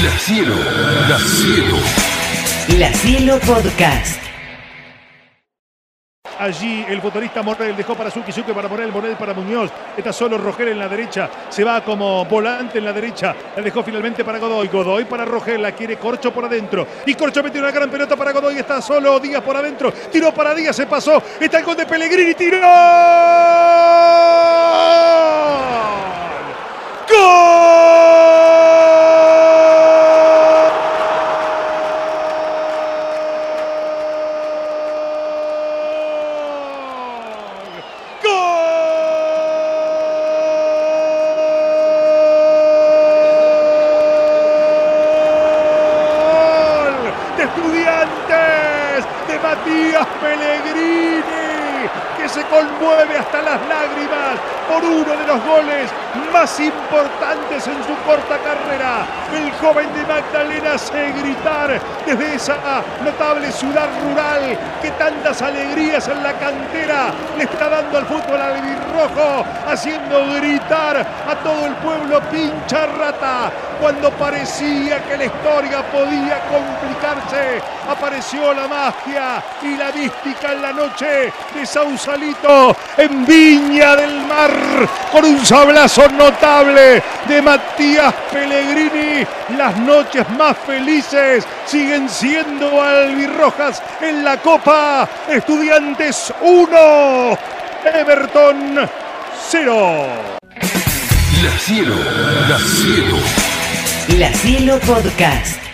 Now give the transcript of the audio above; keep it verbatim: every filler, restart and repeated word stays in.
La Cielo, La Cielo. La Cielo Podcast. Allí el futbolista Morel dejó para Suki, Suki para Morel, Morel para Muñoz. Está solo Rogel en la derecha. Se va como volante en la derecha. La dejó finalmente para Godoy. Godoy para Rogel. La quiere Corcho por adentro. Y Corcho metió una gran pelota para Godoy. Está solo Díaz por adentro. Tiró para Díaz. Se pasó. Está el gol de Pellegrini. ¡Tiró! ¡Gol! Estudiantes de Matías Pellegrini, que se conmueve hasta las lágrimas por uno de los goles más importantes en su corta carrera. El joven de Magdalena hace gritar desde esa notable ciudad rural que tantas alegrías en la cantera le está dando al fútbol albirrojo, haciendo gritar a todo el pueblo pincha rata. Cuando parecía que la historia podía complicarse, apareció la magia y la mística en la noche de Sausalito, en Viña del Mar, con un sablazo notable de Matías Pellegrini. Las noches más felices siguen siendo albirrojas en la Copa. Estudiantes uno, Everton cero. La Cielo, La Cielo. La Cielo Podcast.